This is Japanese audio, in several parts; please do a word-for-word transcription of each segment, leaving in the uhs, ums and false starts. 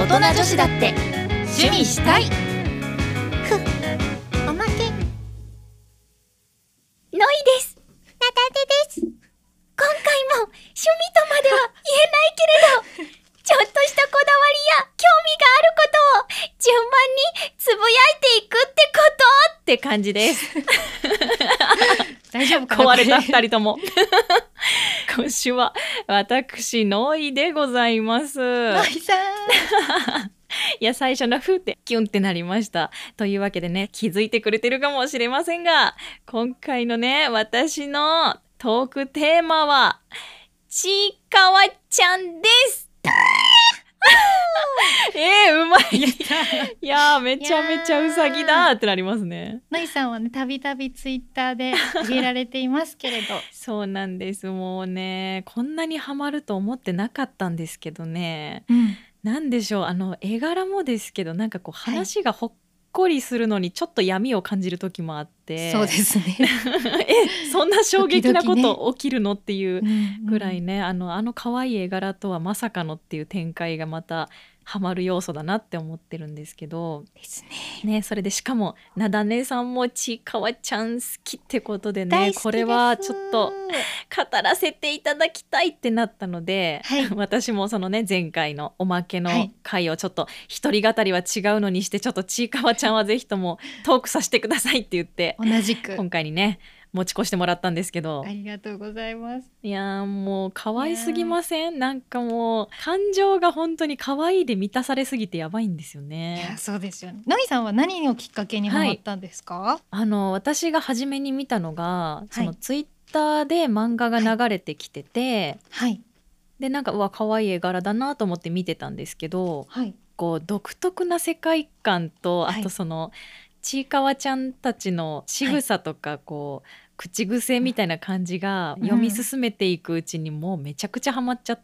大人女子だって趣味したい。 おまけ。ノイです。ナタデです。今回も趣味とまでは言えないけれどちょっとしたこだわりや興味があることを順番につぶやいていくってことって感じです大丈夫かな。 壊れたふたりとも今週は私ノイでございます。 ノイさんいや最初のふってキュンってなりました。というわけでね、気づいてくれてるかもしれませんが、今回のね私のトークテーマはちいかわちゃんですえー、うまいいやーめちゃめちゃうさぎだってなりますね。 ノイさんはね、たびたびツイッターで入れられていますけれどそうなんです。もうねこんなにハマると思ってなかったんですけどね、 うん、 なんでしょう、あの絵柄もですけどなんかこう話がほっこりするのにちょっと闇を感じる時もあって、 そうですねえそんな衝撃なこ時々 と起きるのっていうぐらいね、 ね、あのあの可愛い絵柄とはまさかのっていう展開がまたハマる要素だなって思ってるんですけどですね。ね、それでしかもなだねさんもちいかわちゃん好きってことでね、 大好きです。 これはちょっと語らせていただきたいってなったので、 はい、 私もそのね前回のおまけのはい回をちょっと一人語りは違うのにしてちょっとちいかわちゃんはぜひともトークさせてくださいって言って同じく今回にね持ち越してもらったんですけど、 ありがとうございます。 いやーもう可愛すぎません？なんかもう感情が本当に可愛いで満たされすぎてやばいんですよいね。 やそうですよね。ノイさんは何をきっかけにハマったんですか？ あの私が初めに見たのが、そのはいツイッターで漫画が流れてきてて、 はいでなんかうわ可愛い絵柄だなと思って見てたんですけど、 はいこう独特な世界観と、 はいあとそのちいかわちゃんたちの仕草とかこう、口癖みたいな感じがうん読み進めていくうちにもうめちゃくちゃハマっちゃって、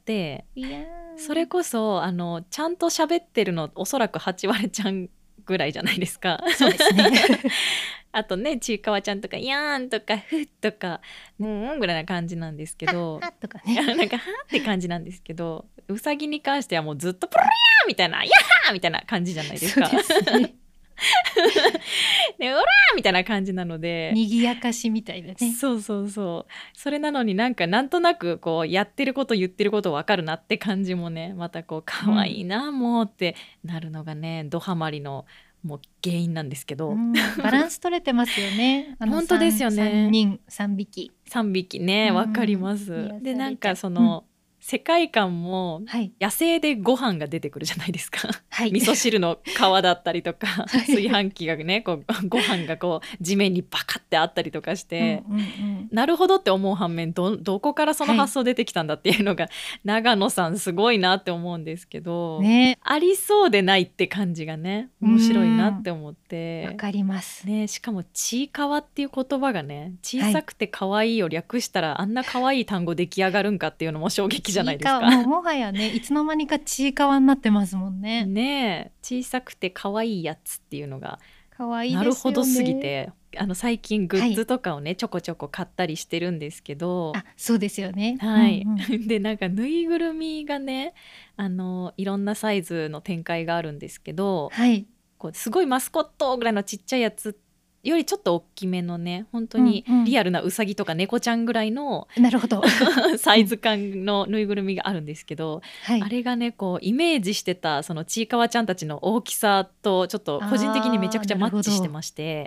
いやそれこそあのちゃんと喋ってるのおそらくはちわれちゃんぐらいじゃないですか。 そうですねあとねちいかわちゃんとかやーんとかふっとかうんぐらいな感じなんですけどはっとかねなんかはって感じなんですけど、うさぎに関してはもうずっとプルヤーみたいなやーみたいな感じじゃないですか。 そうですねでオラーみたいな感じなので、 賑やかしみたいなね。 そうそうそう、それなのになんかなんとなくこうやってること言ってること分かるなって感じもね、またこう可愛いな、もうってなるのがねドハマりのもう原因なんですけど、 うん、バランス取れてますよね。あの本当ですよね。 さんにんさんびきさんびきね、 うんわかります。 癒されちゃうでなんかその、世界観もはい野生でご飯が出てくるじゃないですか。 はい味噌汁の皮だったりとか、 い炊飯器がねこうご飯がこう地面にバカってあったりとかして、 うんうんうんなるほどって思う反面 ど, どこからその発想出てきたんだっていうのが、長野さんすごいなって思うんですけど、 ね、 ありそうでないって感じがね面白いなって思っわて、 かります。 ね、しかもちいかわっていう言葉がね小さくて可愛いを略したら、あんな可愛い単語出来上がるんかっていうのも衝撃じゃないですか。 ちいかわもうもはやねいつの間にかちいかわになってますもんね。 ねえ小さくて可愛いやつっていうのが可愛いですよね。 なるほどすぎて、あの最近グッズとかをね、ちょこちょこ買ったりしてるんですけど、 あ、そうですよね。 はい、 うんうんでなんかぬいぐるみがねあのいろんなサイズの展開があるんですけど、 はいこうすごいマスコットぐらいのちっちゃいやつよりちょっと大きめのね本当にうんうんリアルなうさぎとか猫ちゃんぐらいのなるほど。 サイズ感のぬいぐるみがあるんですけど、 はいあれがねこうイメージしてたそのちいかわちゃんたちの大きさとちょっと個人的にめちゃくちゃマッチしてまして、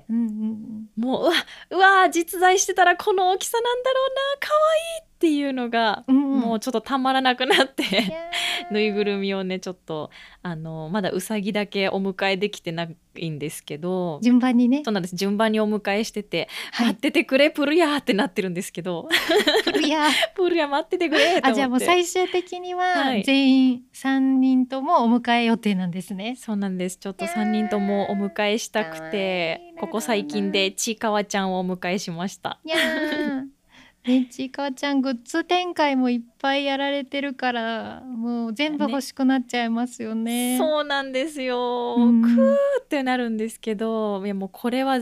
うんうんうんもううわうわ実在してたらこの大きさなんだろうな可愛いっていうのが、 うんうんもうちょっとたまらなくなっていやーぬいぐるみをねちょっとあのまだうさぎだけお迎えできてないんですけど、 順番にねそうなんです、順番にお迎えしてて、 はい待っててくれプルヤーってなってるんですけどいやプルヤー待っててくれって思って、 あじゃあもう最終的にははい全員さんにんともお迎え予定なんですね。 そうなんです、ちょっとさんにんともお迎えしたくて、 いやーここ最近でちいかわちゃんをお迎えしました。 いやーねちいかわちゃんグッズ展開もいっぱいやられてるからもう全部欲しくなっちゃいますよね。 そうなんですよ、 うんクーってなるんですけど、いやもうこれは絶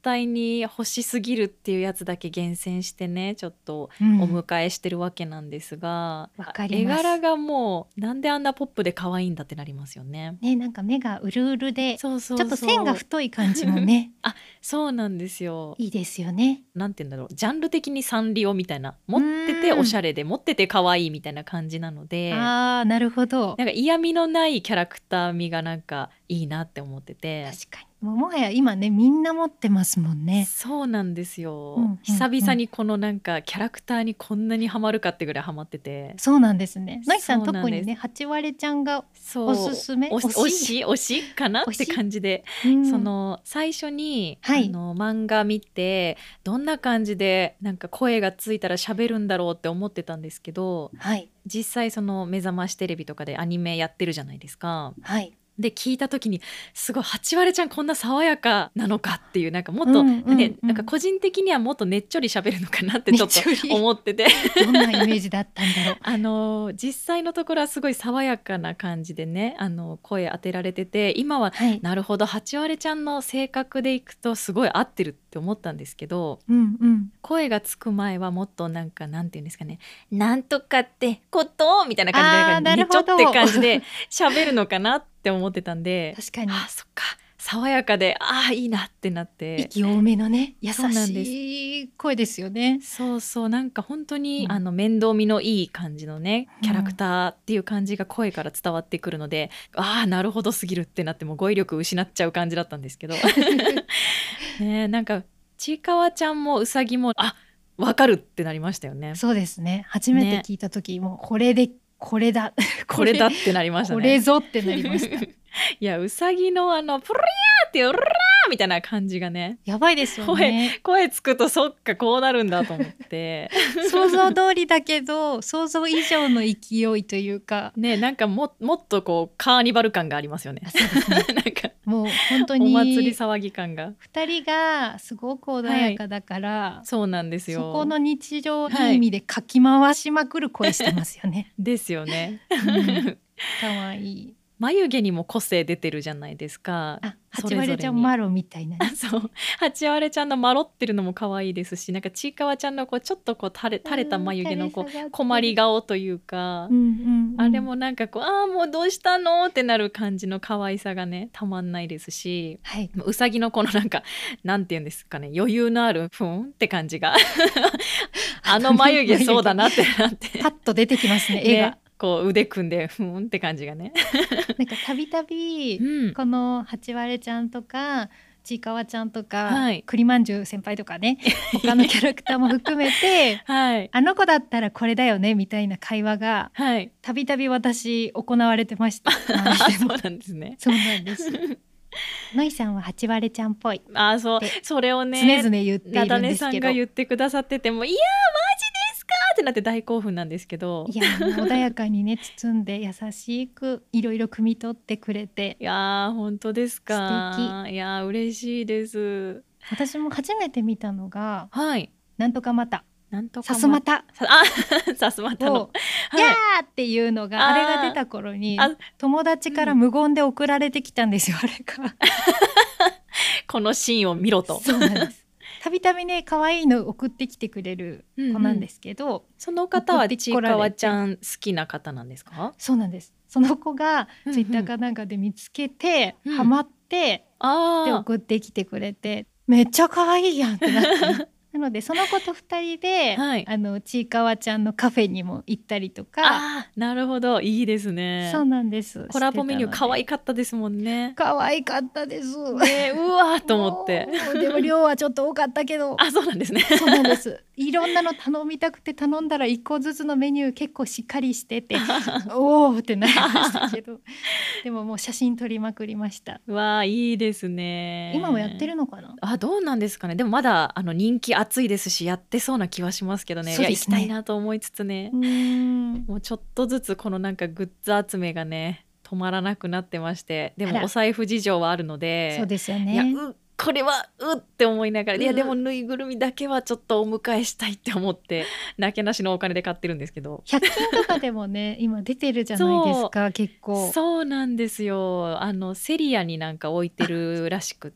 対に欲しすぎるっていうやつだけ厳選してね、ちょっとうんお迎えしてるわけなんですが、 わかります絵柄がもうなんであんなポップで可愛いんだってなりますよね。 ね、なんか目がうるうるでそうそうそう、 ちょっと線が太い感じもねそうなんですよ。 いいですよね。 なんて言うんだろう、ジャンル的にサンリオみたいな、持ってておしゃれで持ってて可愛いみたいな感じなので、 あーなるほど。 なんか嫌味のないキャラクター味がなんかいいなって思ってて。 確かにもうもはや今ねみんな持ってますもんね。 そうなんですよ、 うんうんうん久々にこのなんかキャラクターにこんなにハマるかってぐらいハマってて。 そうなんですね。のいさんそうなんです特にねはち割れちゃんが、 そうおすすめ推し推し推し推しかなっ推して感じで、 うんその最初に、 はいあの漫画見てどんな感じでなんか声がついたら喋るんだろうって思ってたんですけど、 はい実際その目覚ましテレビとかでアニメやってるじゃないですか。 はいで聞いた時にすごいはち割れちゃんこんな爽やかなのかっていう、なんかもっと、 うんうんうんね、なんか個人的にはもっとねっちょり喋るのかなってちょっねっちょりと思っててどんなイメージだったんだろう。 あの実際のところはすごい爽やかな感じでね、あの声当てられてて、今ははいなるほどはち割れちゃんの性格でいくとすごい合ってるって思ったんですけど、 うんうん声がつく前はもっとなんかなんていうんですかね、なんとかってことみたいな感じであーなんかなるほどねちょって感じで喋るのかなって思ってたんで確かにあそっか爽やかでああいいなってなって息多めのね優そうなんですしい声ですよね。 そうそう、なんか本当に、 うんあの面倒見のいい感じのねうんキャラクターっていう感じが声から伝わってくるので、ああなるほどすぎるってなってもう語彙力失っちゃう感じだったんですけどね、なんかちいかわちゃんもうさぎもあわかるってなりましたよね。 そうですね。初めて聞いた時、もうこれでこれだこれだってなりましたね。 これぞってなりました。 いやうさぎのあのプリャーってうらーみたいな感じがね、 やばいですよね。 声つくとそっかこうなるんだと思って想像通りだけど想像以上の勢いというか、 ね、なんかももっとこうカーニバル感がありますよね。 そうですね。 なんかもう本当おに祭り騒ぎ感が。 ふたりがすごく穏やかだから、 そうなんですよ。 そこの日常いい意味でかき回しまくる声してますよね。 ですよね。 うんかわいい。 眉毛にも個性出てるじゃないですか。 あ、はそれぞれにち割れちゃんマロみたいなね。 そうはち割れちゃんのまろってるのも可愛いですし、なんかちいかわちゃんのこうちょっとこう垂れ垂れた眉毛のこう困り顔というか、 うんうんうんあれもなんかこうあーもうどうしたのってなる感じの可愛さがねたまんないですし、 はい。 うさぎのこのなんかなんて言うんですかね、余裕のあるふんって感じがあの眉毛そうだなってなってパッと出てきますね絵が。 ね、こう腕組んでふんって感じがねなんかたびたびうんこのはち割れちゃんとかちいかわちゃんとか、 はい栗まんじゅう先輩とかね他のキャラクターも含めてはいあの子だったらこれだよねみたいな会話がはいたびたび私行われてました。 あ周りでもそうなんですね。 そうなんです。のいさんははち割れちゃんっぽいあそうでそれをね常々言っているなだねんですけど、 さんが言ってくださっててもいやーマジですかってなって大興奮なんですけど、 いや穏やかにね包んで優しくいろいろ汲み取ってくれて、 いやー本当ですか。 素いやー嬉しいです。 私も初めて見たのがはいなんとかまたなんとかさすまたさあさすまたのをギャーっていうのがあーあれが出た頃にあ友達から無言で送られてきたんですよ、あれが。 このシーンを見ろと。 そうなんです。たびたびね可愛いの送ってきてくれる子なんですけど、 その方は送ってちいこられてかわちゃん好きな方なんですか？ そうなんです。その子がうんうんツイッターかなんかで見つけて、 うんハマってでああ送ってきてくれて、めっちゃ可愛いやんってなってなのでその子とふたりで、 はいあのちいかわちゃんのカフェにも行ったりとか、 あーなるほどいいですね。 そうなんです。 コラボメニュー可愛いかったですもんね。 可愛かったです。 ねうわーと思って。 もうでも量はちょっと多かったけどあそうなんですね。 そうなんです。いろんなの頼みたくて頼んだらいっこずつのメニュー結構しっかりしてておーってなりましたけどでももう写真撮りまくりました。 わあいいですね。 今もやってるのかな。 あどうなんですかね。でもまだあの人気熱いですしやってそうな気はしますけどね。 そうですねいや行きたいなと思いつつね、 うーんもうちょっとずつこのなんかグッズ集めがね止まらなくなってまして、であらもお財布事情はあるので、 そうですよいやね。 うこれはうって思いながら、いやうんでもぬいぐるみだけはちょっとお迎えしたいって思ってなけなしのお金で買ってるんですけど。 ひゃく均とかでもね今出てるじゃないですか結構。 そうなんですよ。あのセリアになんか置いてるらしくっ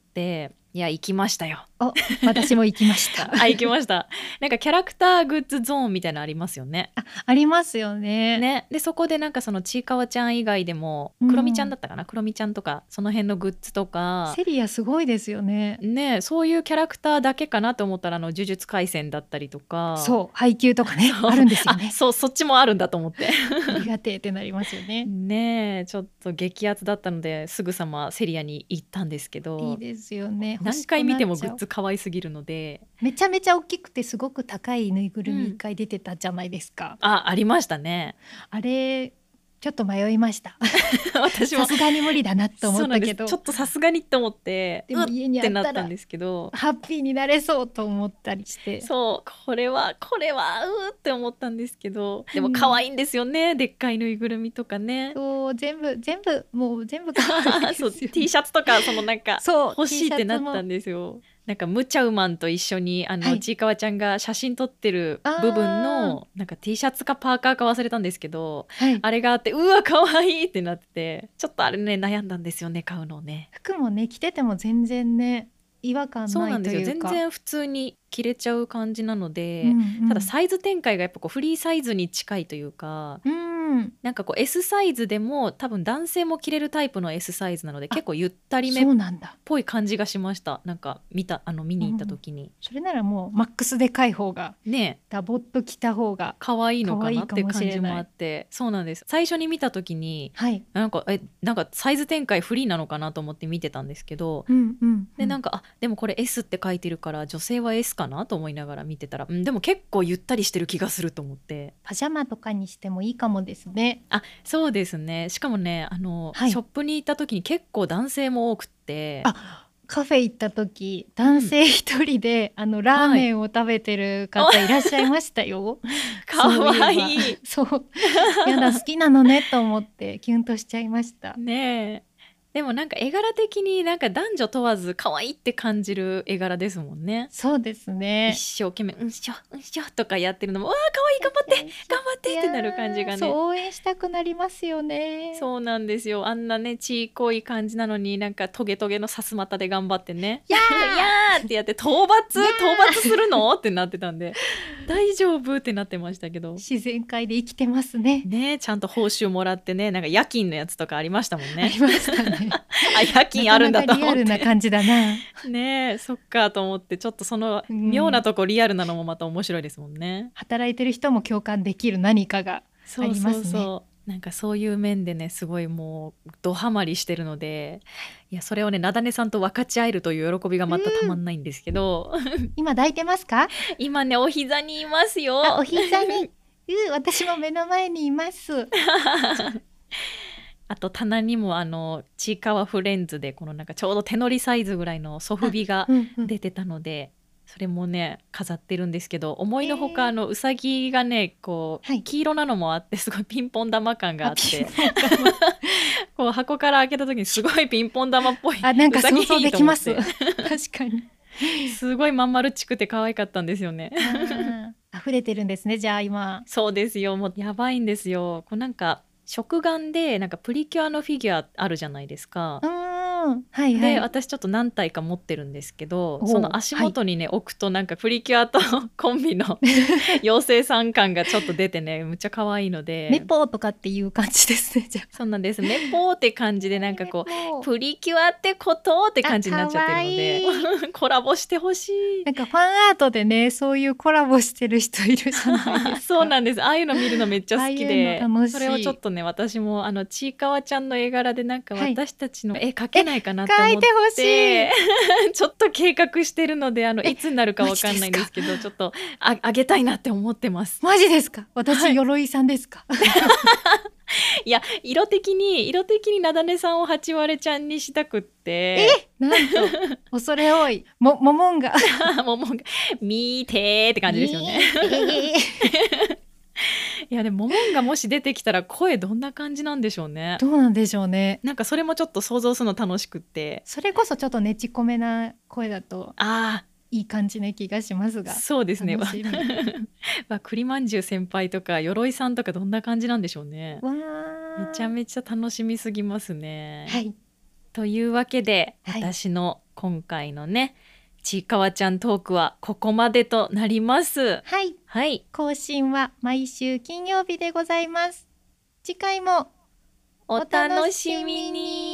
っていや行きましたよ。 お、私も行きましたあ行きましたなんかキャラクターグッズゾーンみたいなのありますよね。 あ、ありますよね。 ね、でそこでなんかそのちいかわちゃん以外でもうんクロミちゃんだったかな、クロミちゃんとかその辺のグッズとかセリアすごいですよね。 ね、そういうキャラクターだけかなと思ったらあの呪術廻戦だったりとかそう、配給とかねそうあるんですよあね。 そうそっちもあるんだと思ってありがてえってなりますよね。 ねえちょっと激アツだったのですぐさまセリアに行ったんですけど、 いいですよね。 何回見てもグッ欲しくなっちゃう。 ズ可愛すぎるので。 めちゃめちゃ大きくてすごく高いぬいぐるみ一回出てたじゃないですか。 あありましたねあれちょっと迷いました。 私もさすがに無理だなと思そうなんでったけど、 すちょっとさすがにって思ってでも家にあったらうってなったんですけど、 ハッピーになれそうと思ったりして。 そうこれはこれはうーって思ったんですけど、でも可愛いんですよね、でっかいぬいぐるみとかね。 そう全部全部もう全部可愛いですそうよね。 T シャツとかそのなんかそう欲しいってなっ T シャツもたんですよ。なんかムチャウマンと一緒にあの、 はいちいかわちゃんが写真撮ってる部分のなんか T シャツかパーカーか忘れたんですけど、 はい、 あれがあってうわ可愛いってなってて、ちょっとあれね悩んだんですよね買うのね。 服もね着てても全然ね違和感そうないとなんですよ、 いうか。 全然普通に着れちゃう感じなので、 うんうんただサイズ展開がやっぱこうフリーサイズに近いというか、 うんなんかこう S サイズでも多分男性も着れるタイプの S サイズなのであ結構ゆったりめっそうなんだ。 ぽい感じがしました。なんか見たあの見に行った時に、 それならもうマックスでかい方がねダボっと着た方が。 可愛いのかなっていう感可愛いかもしれないじもあって、そうなんです。最初に見た時にはい。 なんかえなんかサイズ展開フリーなのかなと思って見てたんですけど、 うんうん。 でなんかあでもこれ S って書いてるから女性は S かなと思いながら見てたら、うん、でも結構ゆったりしてる気がすると思って。 パジャマとかにしてもいいかもですね。 あそうですね。しかもねあの、 はいショップに行った時に結構男性も多くって、 あ、カフェ行った時男性一人で、あのラーメンを食べてる方いらっしゃいましたよ。 かわいいそういえばそうやだ好きなのねと思ってキュンとしちゃいました。 ねえでもなんか絵柄的になんか男女問わず可愛いって感じる絵柄ですもんね。 そうですね。 一生懸命うんしょうんしょとかやってるのもわあ可愛い頑張って頑張ってってなる感じがね。 そう応援したくなりますよね。 そうなんですよ。あんなねちいこい感じなのになんかトゲトゲのさすまたで頑張ってねややーってやって討伐討伐するのってなってたんで大丈夫ってなってましたけど自然界で生きてますね。 ね、ちゃんと報酬もらってねなんか夜勤のやつとかありましたもんあねりましたね。 あ夜勤あるんだと思ってなかなかリアルな感じだな。 ねえそっかと思ってちょっとそのうん妙なとこリアルなのもまた面白いですもんね。 働いてる人も共感できる何かがありますね。 そうそうそうなんかそういう面でねすごいもうドハマりしてるので、いやそれをねなだねさんと分かち合えるという喜びがまたたまんないんですけど、 今抱いてますか？ 今ねお膝にいますよ。 あ、お膝に。う私も目の前にいます。 あと棚にもあのちいかわフレンズでこのなんかちょうど手乗りサイズぐらいのソフビがうんうん出てたので、それもね飾ってるんですけど、思いのほえーかあのうさぎがねこう、 はい黄色なのもあってすごいピンポン玉感があっあピてンポン玉こう箱から開けた時にすごいピンポン玉っぽいあ、なんかうさぎ想像できます。 と思っ確かに。 てすごいまん丸っちくて可愛かったんですよね。 あー溢れてるんですね。じゃあ今。 そうですよ、もうやばいんですよ。こうなんか食玩でなんかプリキュアのフィギュアあるじゃないですかう。ーん、はいはでい。 私ちょっと何体か持ってるんですけど、 おうその足元にね、置くとなんかプリキュアとコンビの妖精さん感がちょっと出てねむっちゃ可愛いので、 メポーとかっていう感じですね。じゃそうなんです。メポーって感じであ。 なんかこうメポープリキュアってことって感じになっちゃってるのであ可コラボしてほしい。 なんかファンアートでね、そういうコラボしてる人いるじゃないですか。 そうなんです。ああいうの見るのめっちゃ好きで、 ああいうの楽しいそれをちょっとね私もあのちいかわちゃんの絵柄でなんかはい私たちの絵描けないかなって思って、 描いてほしい。 ちょっと計画してるのであのいつになるかわかんないんですけどちょっとああげたいなって思ってます。 マジですか？私、 はい鎧さんですか？ いや色的に色的になだねさんをはち割れちゃんにしたくってえなんと恐れ多い。もモモンがもうもう見てーって感じですよね。 えーいやでもモモンがもし出てきたら声どんな感じなんでしょうね。 どうなんでしょうね。 なんかそれもちょっと想像するの楽しくって、 それこそちょっとねちこめな声だとあいい感じな気がしますあが。 そうですね。 楽しみわ栗まんじゅう先輩とか鎧さんとかどんな感じなんでしょうね。 わめーちゃめちゃ楽しみすぎますね。 はい。 というわけで、 はい私の今回のねちいかわちゃんトークはここまでとなります。 はい、 はい更新は毎週金曜日でございます。次回もお楽しみに。